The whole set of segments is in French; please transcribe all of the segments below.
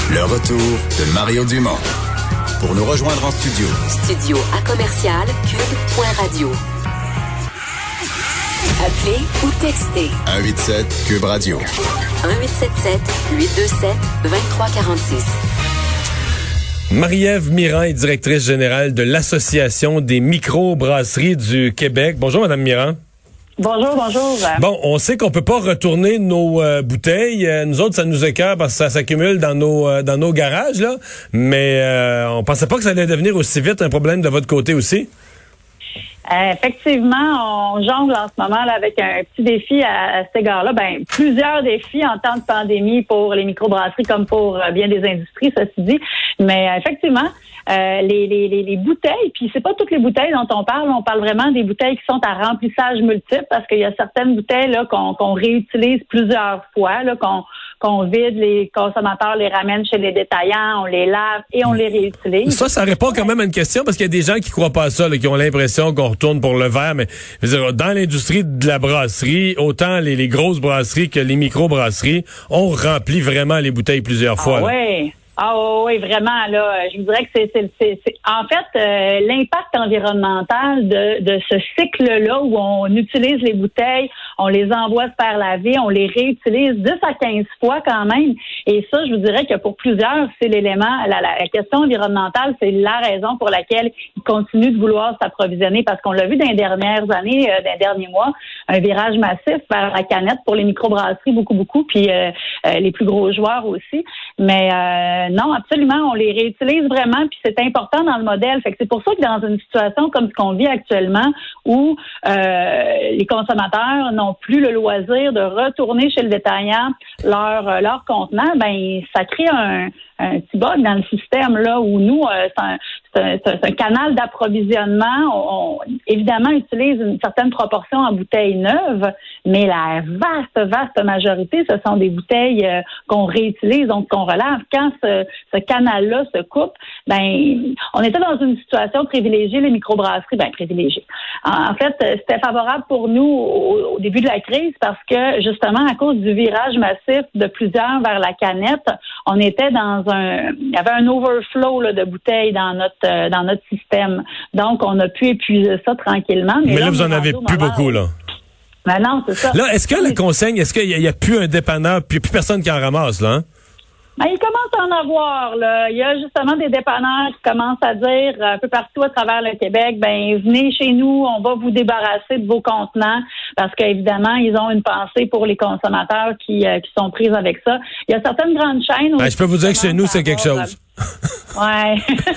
Le retour de Mario Dumont. Pour nous rejoindre en studio. Studio à commercial cube.radio. Appelez ou textez. 187 Cube Radio. 1877-827-2346. Marie-Ève Mirand est directrice générale de l'Association des microbrasseries du Québec. Bonjour, Madame Mirand. Bonjour. Bon, on sait qu'on peut pas retourner nos bouteilles. Nous autres, ça nous écoeure parce que ça s'accumule dans nos garages, là. Mais on pensait pas que ça allait devenir aussi vite un problème de votre côté aussi. Effectivement, on jongle en ce moment là, avec un petit défi à cet égard-là. Plusieurs défis en temps de pandémie pour les microbrasseries comme pour bien des industries, ceci dit. Mais effectivement, les bouteilles, puis c'est pas toutes les bouteilles dont on parle vraiment des bouteilles qui sont à remplissage multiple parce qu'il y a certaines bouteilles là qu'on réutilise plusieurs fois, là, qu'on vide, les consommateurs les ramènent chez les détaillants, on les lave et on les réutilise. Ça répond quand même à une question parce qu'il y a des gens qui croient pas à ça, là, qui ont l'impression qu'on retourne pour le verre, mais je veux dire, dans l'industrie de la brasserie, autant les grosses brasseries que les microbrasseries, on remplit vraiment les bouteilles plusieurs fois. Oui. Oui, vraiment, là, je vous dirais que c'est en fait l'impact environnemental de ce cycle-là où on utilise les bouteilles, on les envoie se faire laver, on les réutilise 10 à 15 fois quand même. Et ça, je vous dirais que pour plusieurs, c'est l'élément, la question environnementale, c'est la raison pour laquelle ils continuent de vouloir s'approvisionner parce qu'on l'a vu dans les dernières années, dans les derniers mois, un virage massif vers la canette pour les microbrasseries, beaucoup, puis les plus gros joueurs aussi. Mais non, absolument, on les réutilise vraiment, puis c'est important dans le modèle. Fait que c'est pour ça que dans une situation comme ce qu'on vit actuellement, où les consommateurs n'ont plus le loisir de retourner chez le détaillant leur contenant, ça crée un petit bug dans le système là où nous, c'est un canal d'approvisionnement. On évidemment utilise une certaine proportion en bouteilles neuves, mais la vaste majorité, ce sont des bouteilles qu'on réutilise, donc qu'on relave. Quand ce canal-là se coupe, on était dans une situation privilégiée, les microbrasseries, privilégiée. En fait, c'était favorable pour nous au début de la crise parce que justement, à cause du virage massif de plusieurs vers la canette, on était il y avait un overflow là, de bouteilles dans notre système. Donc, on a pu épuiser ça tranquillement. Mais là vous en avez plus beaucoup, là. Non, c'est ça. Là, est-ce que la consigne, est-ce qu'il y a plus un dépanneur, plus personne qui en ramasse, là, hein? Il commence à en avoir, là. Il y a justement des dépanneurs qui commencent à dire un peu partout à travers le Québec, venez chez nous, on va vous débarrasser de vos contenants parce qu'évidemment, ils ont une pensée pour les consommateurs qui sont pris avec ça. Il y a certaines grandes chaînes je peux vous dire que chez nous, c'est quelque chose. Ouais.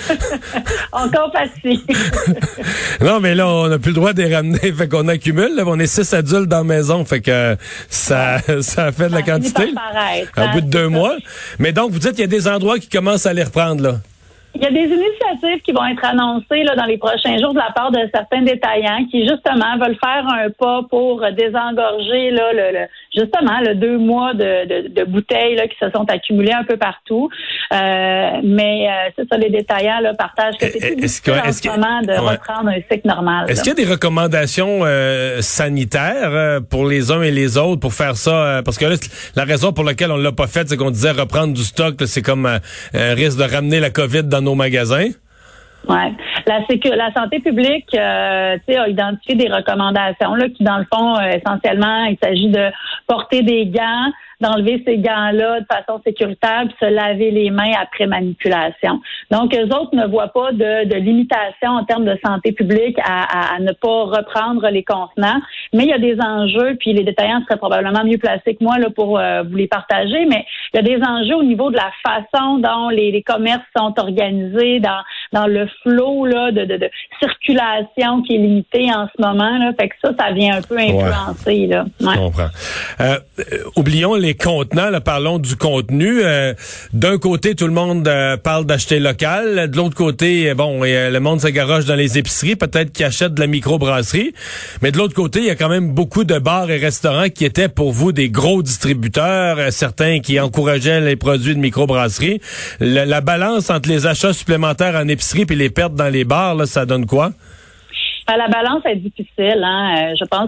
On compatit. Non, mais là, on n'a plus le droit de les ramener. Fait qu'on accumule. Là, on est 6 adultes dans la maison. Fait que ça fait de la quantité. Au bout de 2 mois. Mais donc, vous dites qu'il y a des endroits qui commencent à les reprendre, là. Il y a des initiatives qui vont être annoncées là, dans les prochains jours de la part de certains détaillants qui, justement, veulent faire un pas pour désengorger là, le 2 mois de bouteilles là, qui se sont accumulées un peu partout. Mais c'est ça, les détaillants là, partagent que c'est difficile en ce moment de reprendre un cycle normal. Est-ce qu'il y a des recommandations sanitaires pour les uns et les autres pour faire ça? Parce que là, la raison pour laquelle on l'a pas fait, c'est qu'on disait reprendre du stock, là, c'est comme un risque de ramener la COVID dans nos magasins. Ouais, la santé publique, a identifié des recommandations là qui, dans le fond, essentiellement, il s'agit de porter des gants, d'enlever ces gants-là de façon sécuritaire, puis se laver les mains après manipulation. Donc, eux autres ne voient pas de limitation en termes de santé publique à ne pas reprendre les contenants. Mais il y a des enjeux, puis les détaillants seraient probablement mieux placés que moi là pour vous les partager, mais il y a des enjeux au niveau de la façon dont les commerces sont organisés, dans le flot là de circulation qui est limité en ce moment. Là. Fait que ça vient un peu influencer. Là. Ouais. Je comprends. Oublions les contenants, là, parlons du contenu. D'un côté, tout le monde parle d'acheter local. De l'autre côté, le monde se garoche dans les épiceries, peut-être qu'ils achètent de la microbrasserie. Mais de l'autre côté, il y a quand même beaucoup de bars et restaurants qui étaient pour vous des gros distributeurs, certains qui encourageaient les produits de microbrasserie. La balance entre les achats supplémentaires en épicerie et les pertes dans les bars, là, ça donne quoi? La balance est difficile. Je pense que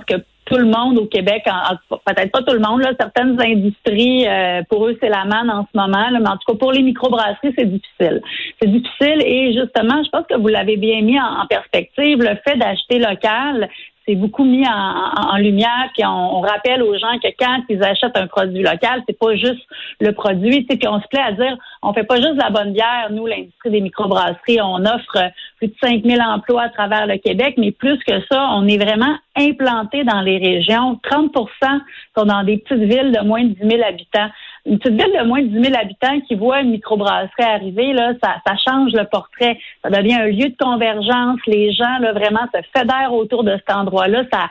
tout le monde au Québec, peut-être pas tout le monde, là, certaines industries, pour eux, c'est la manne en ce moment, là, mais en tout cas, pour les microbrasseries, c'est difficile. C'est difficile et justement, je pense que vous l'avez bien mis en perspective, le fait d'acheter local, c'est beaucoup mis en lumière, puis on rappelle aux gens que quand ils achètent un produit local, c'est pas juste le produit, tu sais, puis on se plaît à dire, on fait pas juste de la bonne bière, nous, l'industrie des microbrasseries, on offre plus de 5000 emplois à travers le Québec, mais plus que ça, on est vraiment implanté dans les régions. 30% sont dans des petites villes de moins de 10 000 habitants. Une petite ville de moins de 10 000 habitants qui voit une microbrasserie arriver, là, ça change le portrait. Ça devient un lieu de convergence. Les gens, là, vraiment se fédèrent autour de cet endroit-là. Ça,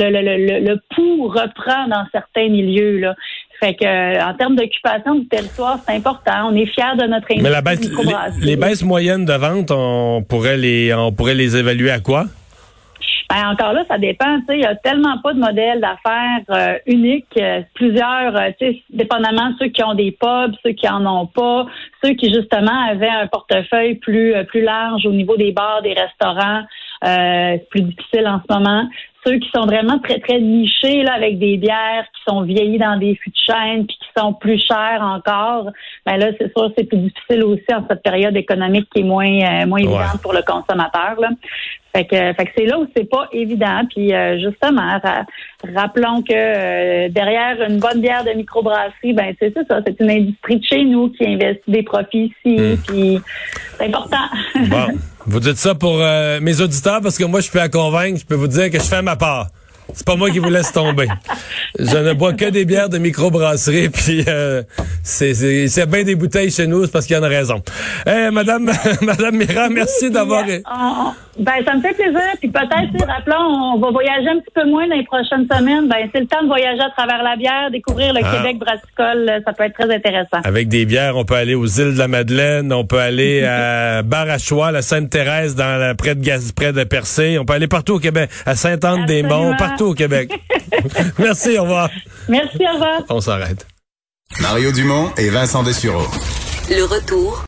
le pouls reprend dans certains milieux, là. Fait que, en termes d'occupation du territoire, c'est important. On est fiers de notre industrie. Mais les baisses moyennes de vente, on pourrait les évaluer à quoi? Ben, encore là, ça dépend. Il y a tellement pas de modèle d'affaires unique. Plusieurs, dépendamment de ceux qui ont des pubs, ceux qui en ont pas, ceux qui justement avaient un portefeuille plus large au niveau des bars, des restaurants. C'est plus difficile en ce moment. Ceux qui sont vraiment très, très nichés, là, avec des bières qui sont vieillies dans des fûts de chêne puis qui sont plus chères encore, ben là, c'est sûr, c'est plus difficile aussi en cette période économique qui est moins évidente pour le consommateur, là. Fait que c'est là où c'est pas évident. Puis justement, rappelons que derrière une bonne bière de microbrasserie, ben c'est ça, c'est une industrie de chez nous qui investit des profits ici. Puis c'est important. Bon, vous dites ça pour mes auditeurs parce que moi je peux la convaincre. Je peux vous dire que je fais ma part. C'est pas moi qui vous laisse tomber. Je ne bois que des bières de microbrasserie, puis c'est bien des bouteilles chez nous, c'est parce qu'il y en a raison. Madame Mira, merci d'avoir... Ben, ça me fait plaisir, puis peut-être, rappelons, on va voyager un petit peu moins dans les prochaines semaines. Ben, c'est le temps de voyager à travers la bière, découvrir le Québec brassicole, ça peut être très intéressant. Avec des bières, on peut aller aux îles de la Madeleine, on peut aller à Bar-à-Choix, la Sainte-Thérèse, près de Percé, on peut aller partout au Québec, à Sainte-Anne-des-Monts, partout au Québec. Merci, au revoir. Merci, au revoir. On s'arrête. Mario Dumont et Vincent Dessureau. Le retour